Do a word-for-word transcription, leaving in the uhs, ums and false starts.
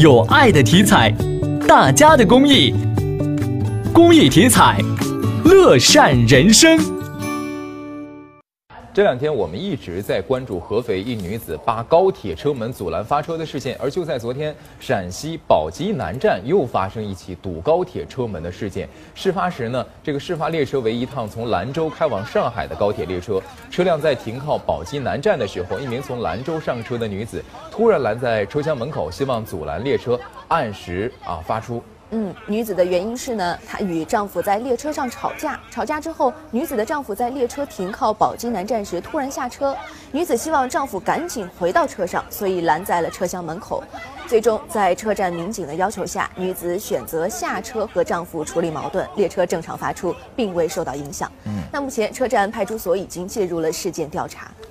有爱的体彩，大家的公益，公益体彩，乐善人生。 这两天我们一直在关注合肥一女子扒高铁车门阻拦发车的事件，而就在昨天，陕西宝鸡南站又发生一起堵高铁车门的事件。事发时呢，这个事发列车为一趟从兰州开往上海的高铁列车，车辆在停靠宝鸡南站的时候，一名从兰州上车的女子突然拦在车厢门口，希望阻拦列车按时啊发出。 嗯，女子的原因是呢，她与丈夫在列车上吵架，吵架之后，女子的丈夫在列车停靠宝鸡南站时突然下车，女子希望丈夫赶紧回到车上，所以拦在了车厢门口。最终，在车站民警的要求下，女子选择下车和丈夫处理矛盾，列车正常发出，并未受到影响。嗯，那目前车站派出所已经介入了事件调查。